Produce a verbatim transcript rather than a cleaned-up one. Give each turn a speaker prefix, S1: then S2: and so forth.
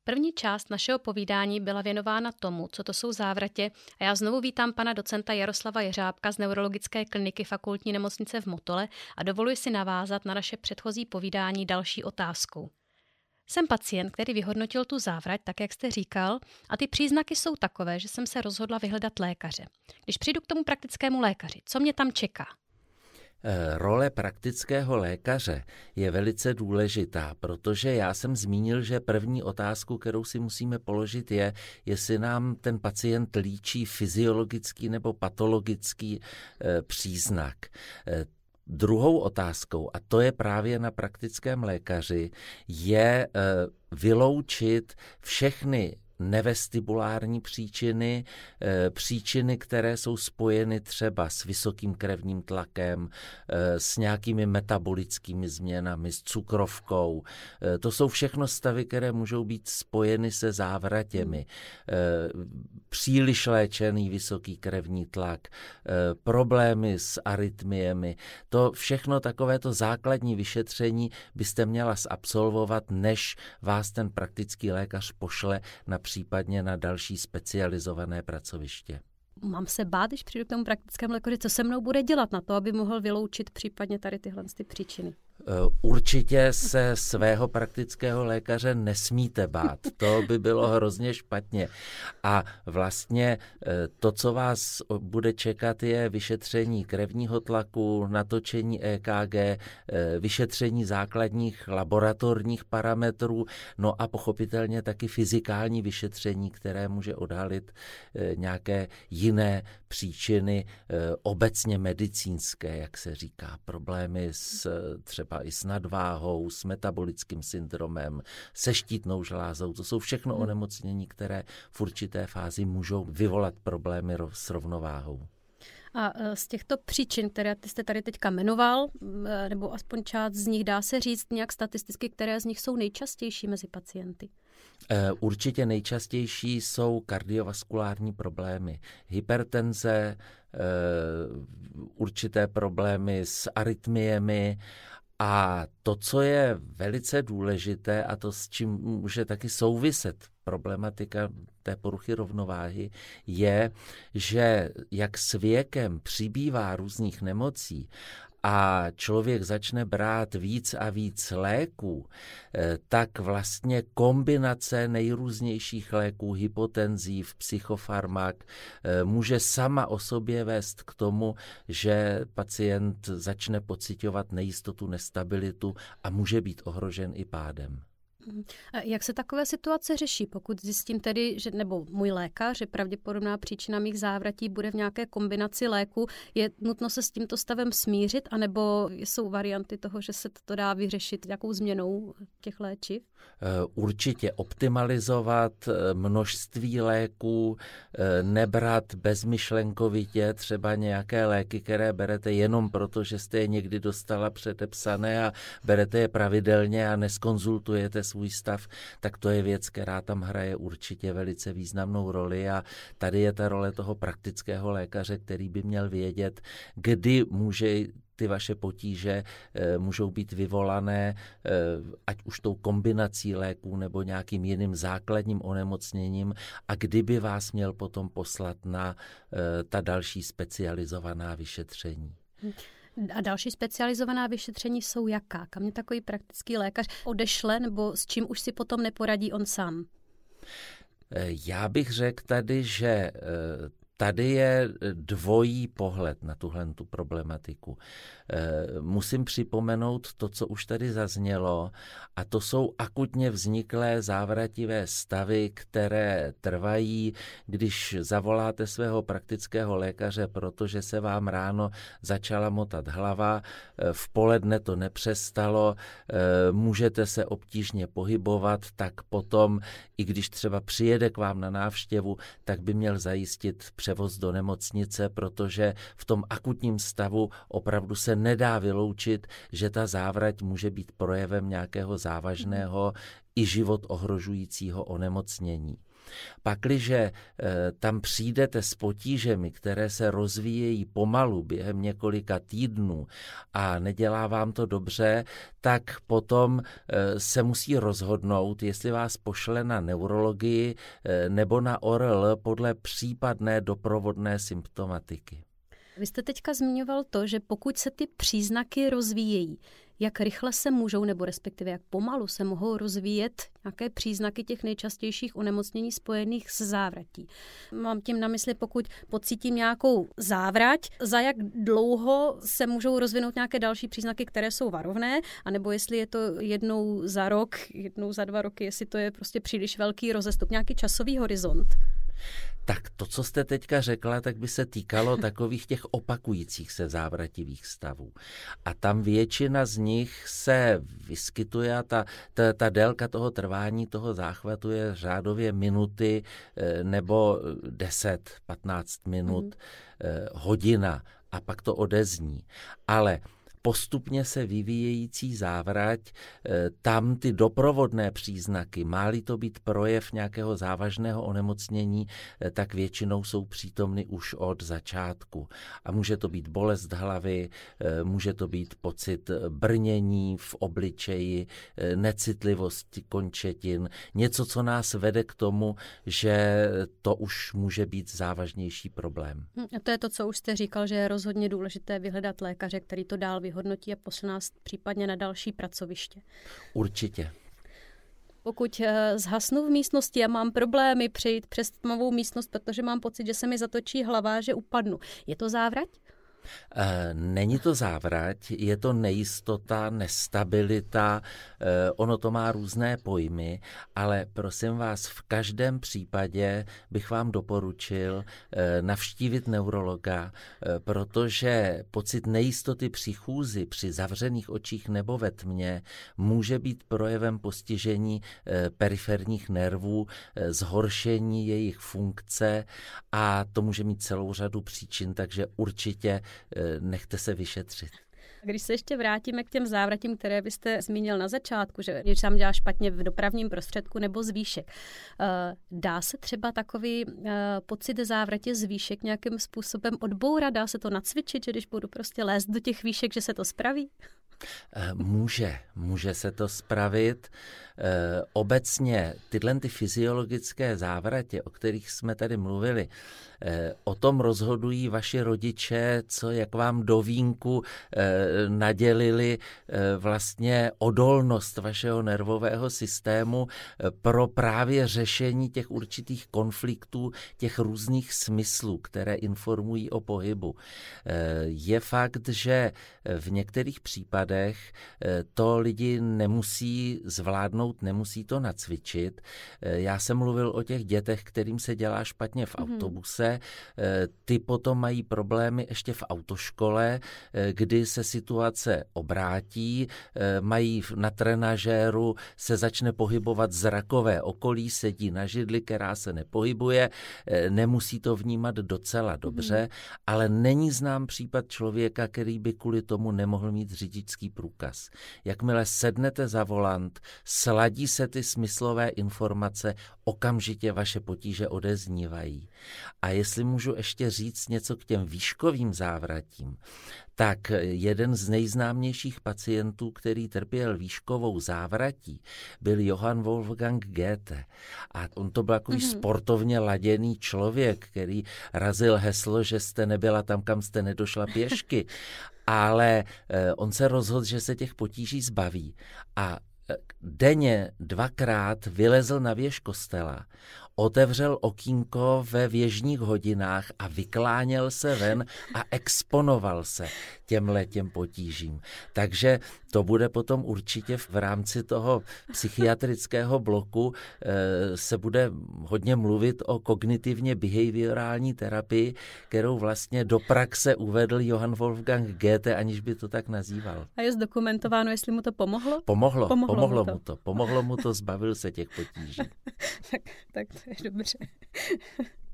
S1: První část našeho povídání byla věnována tomu, co to jsou závratě, a já znovu vítám pana docenta Jaroslava Jeřábka z neurologické kliniky Fakultní nemocnice v Motole a dovoluji si navázat na naše předchozí povídání další otázkou. Jsem pacient, který vyhodnotil tu závrať, tak jak jste říkal, a ty příznaky jsou takové, že jsem se rozhodla vyhledat lékaře. Když přijdu k tomu praktickému lékaři, co mě tam čeká?
S2: Role praktického lékaře je velice důležitá, protože já jsem zmínil, že první otázku, kterou si musíme položit, je, jestli nám ten pacient líčí fyziologický nebo patologický e, příznak. E, Druhou otázkou, a to je právě na praktickém lékaři, je e, vyloučit všechny nevestibulární příčiny, e, příčiny, které jsou spojeny třeba s vysokým krevním tlakem, e, s nějakými metabolickými změnami, s cukrovkou. E, to jsou všechno stavy, které můžou být spojeny se závratěmi. E, příliš léčený vysoký krevní tlak, e, problémy s arytmiemi. To všechno takovéto základní vyšetření byste měla zabsolvovat, než vás ten praktický lékař pošle na případně na další specializované pracoviště.
S1: Mám se bát, když přijdu k tomu praktickému lékaři, co se mnou bude dělat na to, aby mohl vyloučit případně tady tyhle ty příčiny?
S2: Určitě se svého praktického lékaře nesmíte bát. To by bylo hrozně špatně. A vlastně to, co vás bude čekat, je vyšetření krevního tlaku, natočení E K G, vyšetření základních laboratorních parametrů, no a pochopitelně taky fyzikální vyšetření, které může odhalit nějaké jiné příčiny obecně medicínské, jak se říká, problémy s třeba i s nadváhou, s metabolickým syndromem, se štítnou žlázou. To jsou všechno hmm. onemocnění, které v určité fázi můžou vyvolat problémy s rovnováhou.
S1: A z těchto příčin, které ty jste tady teďka jmenoval, nebo aspoň část z nich, dá se říct nějak statisticky, které z nich jsou nejčastější mezi pacienty?
S2: Určitě nejčastější jsou kardiovaskulární problémy, hypertenze, určité problémy s arytmiemi. A to, co je velice důležité a to, s čím může taky souviset problematika té poruchy rovnováhy, je, že jak s věkem přibývá různých nemocí a člověk začne brát víc a víc léků, tak vlastně kombinace nejrůznějších léků, hypotenzív, psychofarmak může sama o sobě vést k tomu, že pacient začne pociťovat nejistotu, nestabilitu a může být ohrožen i pádem.
S1: Jak se takové situace řeší, pokud zjistím tedy, že, nebo můj lékař, že pravděpodobná příčina mých závratí bude v nějaké kombinaci léku, je nutno se s tímto stavem smířit, anebo jsou varianty toho, že se to dá vyřešit nějakou změnou těch léčiv?
S2: Určitě optimalizovat množství léků, nebrat bezmyšlenkovitě třeba nějaké léky, které berete jenom proto, že jste je někdy dostala předepsané a berete je pravidelně a neskonzultujete svůj stav, tak to je věc, která tam hraje určitě velice významnou roli a tady je ta role toho praktického lékaře, který by měl vědět, kdy může ty vaše potíže e, můžou být vyvolané, e, ať už tou kombinací léků nebo nějakým jiným základním onemocněním a kdyby vás měl potom poslat na e, ta další specializovaná vyšetření.
S1: A další specializovaná vyšetření jsou jaká? Kam mě takový praktický lékař odešle nebo s čím už si potom neporadí on sám?
S2: Já bych řekl tady, že tady je dvojí pohled na tuhle tu problematiku. Musím připomenout to, co už tady zaznělo, a to jsou akutně vzniklé závrativé stavy, které trvají, když zavoláte svého praktického lékaře, protože se vám ráno začala motat hlava, v poledne to nepřestalo, můžete se obtížně pohybovat, tak potom, i když třeba přijede k vám na návštěvu, tak by měl zajistit převoz do nemocnice, protože v tom akutním stavu opravdu se nedá vyloučit, že ta závrať může být projevem nějakého závažného i život ohrožujícího onemocnění. Pakliže tam přijdete s potížemi, které se rozvíjejí pomalu během několika týdnů a nedělá vám to dobře, tak potom se musí rozhodnout, jestli vás pošle na neurologii nebo na O R L podle případné doprovodné symptomatiky.
S1: Vy jste teďka zmiňoval to, že pokud se ty příznaky rozvíjejí, jak rychle se můžou, nebo respektive jak pomalu se mohou rozvíjet nějaké příznaky těch nejčastějších onemocnění spojených s závratí. Mám tím na mysli, pokud pocítím nějakou závrať, za jak dlouho se můžou rozvinout nějaké další příznaky, které jsou varovné, anebo jestli je to jednou za rok, jednou za dva roky, jestli to je prostě příliš velký rozestup, nějaký časový horizont.
S2: Tak to, co jste teďka řekla, tak by se týkalo takových těch opakujících se závrativých stavů. A tam většina z nich se vyskytuje a ta, ta, ta délka toho trvání toho záchvatu je řádově minuty nebo deset patnáct minut, mm. hodina a pak to odezní. Ale postupně se vyvíjející závrať, tam ty doprovodné příznaky, má-li to být projev nějakého závažného onemocnění, tak většinou jsou přítomny už od začátku. A může to být bolest hlavy, může to být pocit brnění v obličeji, necitlivosti končetin, něco, co nás vede k tomu, že to už může být závažnější problém.
S1: A to je to, co už jste říkal, že je rozhodně důležité vyhledat lékaře, který to dál vyhodnotí a pošle nás případně na další pracoviště.
S2: Určitě.
S1: Pokud zhasnu v místnosti a mám problémy přejít přes tmavou místnost, protože mám pocit, že se mi zatočí hlava, že upadnu. Je to závrať?
S2: Není to závrať, je to nejistota, nestabilita, ono to má různé pojmy, ale prosím vás, v každém případě bych vám doporučil navštívit neurologa, protože pocit nejistoty při chůzi, při zavřených očích nebo ve tmě může být projevem postižení periferních nervů, zhoršení jejich funkce a to může mít celou řadu příčin, takže určitě nechte se vyšetřit.
S1: Když se ještě vrátíme k těm závratím, které byste zmínil na začátku, že když sám dělá špatně v dopravním prostředku nebo z výšek, dá se třeba takový pocit závratě z výšek nějakým způsobem odbourat? Dá se to nacvičit, že když budu prostě lézt do těch výšek, že se to spraví?
S2: Může, může se to spravit. Obecně tyhle ty fyziologické závratě, o kterých jsme tady mluvili, o tom rozhodují vaši rodiče, co jak vám do vínku nadělili vlastně odolnost vašeho nervového systému pro právě řešení těch určitých konfliktů, těch různých smyslů, které informují o pohybu. Je fakt, že v některých případech to lidi nemusí zvládnout, nemusí to nacvičit. Já jsem mluvil o těch dětech, kterým se dělá špatně v autobuse. Ty potom mají problémy ještě v autoškole, kdy se situace obrátí, mají na trenažéru, se začne pohybovat zrakové okolí, sedí na židli, která se nepohybuje, nemusí to vnímat docela dobře, mm. ale není znám případ člověka, který by kvůli tomu nemohl mít řidičský průkaz. Jakmile sednete za volant, sladí se ty smyslové informace, okamžitě vaše potíže odeznívají. A jestli můžu ještě říct něco k těm výškovým závratím, tak jeden z nejznámějších pacientů, který trpěl výškovou závratí, byl Johann Wolfgang Goethe. A on to byl takový mm-hmm. sportovně laděný člověk, který razil heslo, že jste nebyla tam, kam jste nedošla pěšky. Ale on se rozhodl, že se těch potíží zbaví a denně dvakrát vylezl na věž kostela, otevřel okýnko ve věžních hodinách a vykláněl se ven a exponoval se těmhle těm potížím. Takže to bude potom určitě v rámci toho psychiatrického bloku e, se bude hodně mluvit o kognitivně behaviorální terapii, kterou vlastně do praxe uvedl Johann Wolfgang Goethe, aniž by to tak nazýval.
S1: A je zdokumentováno, jestli mu to pomohlo?
S2: Pomohlo, pomohlo, pomohlo
S1: mu to.
S2: mu to. Pomohlo mu to, zbavil se těch potíží.
S1: tak, tak to je dobře.